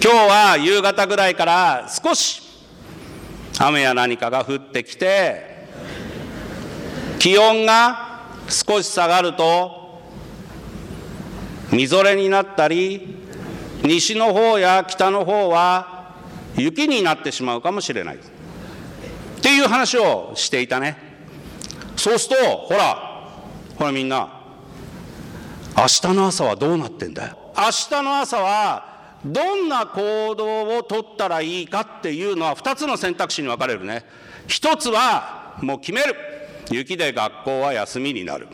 今日は夕方ぐらいから少し雨や何かが降ってきて、気温が少し下がるとみぞれになったり、西の方や北の方は雪になってしまうかもしれないっていう話をしていたね。そうするとほらみんな、明日の朝はどうなってんだよ。明日の朝はどんな行動を取ったらいいかっていうのは2つの選択肢に分かれるね。1つはもう決める。雪で学校は休みになる。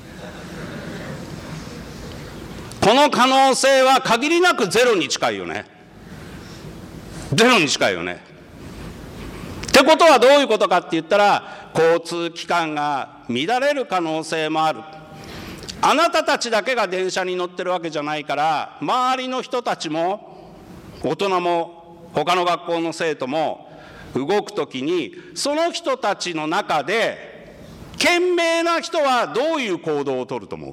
この可能性は限りなくゼロに近いよね。ゼロに近いよね。ってことはどういうことかって言ったら、交通機関が乱れる可能性もある。あなたたちだけが電車に乗ってるわけじゃないから、周りの人たちも大人も他の学校の生徒も動くときに、その人たちの中で賢明な人はどういう行動を取ると思う？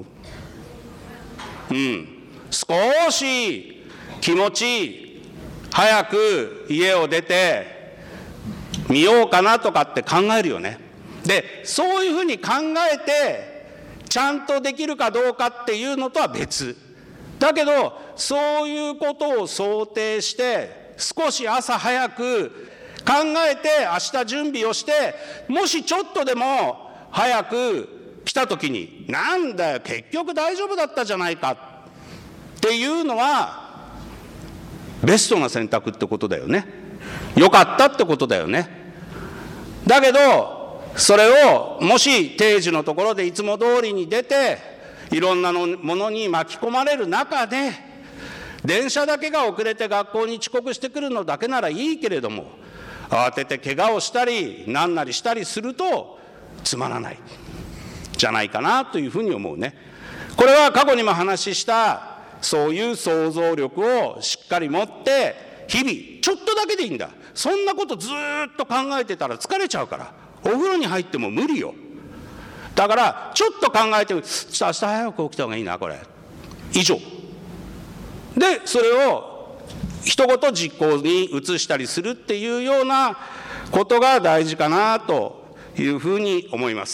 少し気持ち早く家を出てみようかなとかって考えるよね。で、そういうふうに考えてちゃんとできるかどうかっていうのとは別だけど、そういうことを想定して少し朝早く考えて明日準備をして、もしちょっとでも早く来た時に、なんだよ結局大丈夫だったじゃないかっていうのはベストな選択ってことだよね。よかったってことだよね。だけどそれをもし定時のところでいつも通りに出ていろんなものに巻き込まれる中で、電車だけが遅れて学校に遅刻してくるのだけならいいけれども、慌てて怪我をしたり何なりしたりするとつまらないじゃないかなというふうに思うね。これは過去にも話したそういう想像力をしっかり持って日々ちょっとだけでいいんだ。そんなことずっと考えてたら疲れちゃうから、お風呂に入っても無理よ。だからちょっと考えてみる。ちょっと明日早く起きた方がいいなこれ以上で、それを一言実行に移したりするっていうようなことが大事かなというふうに思います。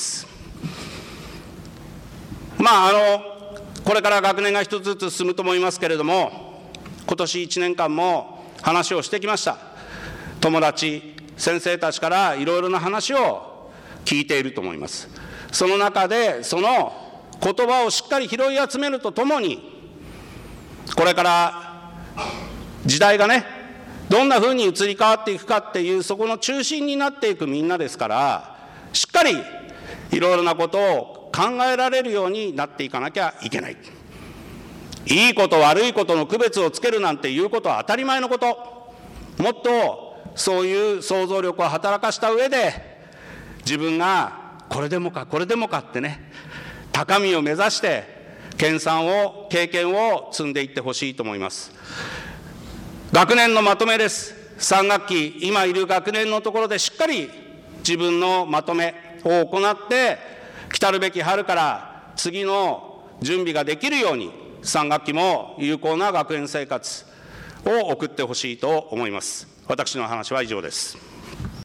これから学年が一つずつ進むと思いますけれども、今年1年間も話をしてきました。友達先生たちからいろいろな話を聞いていると思います。その中でその言葉をしっかり拾い集めるとともに、これから時代がねどんなふうに移り変わっていくかっていう、そこの中心になっていくみんなですから、しっかりいろいろなことを考えられるようになっていかなきゃいけない。いいこと悪いことの区別をつけるなんていうことは当たり前のこと。もっとそういう想像力を働かした上で、自分がこれでもかこれでもかってね、高みを目指して経験を積んでいってほしいと思います。学年のまとめです。3学期今いる学年のところでしっかり自分のまとめを行って、来るべき春から次の準備ができるように3学期も有効な学園生活を送ってほしいと思います。私の話は以上です。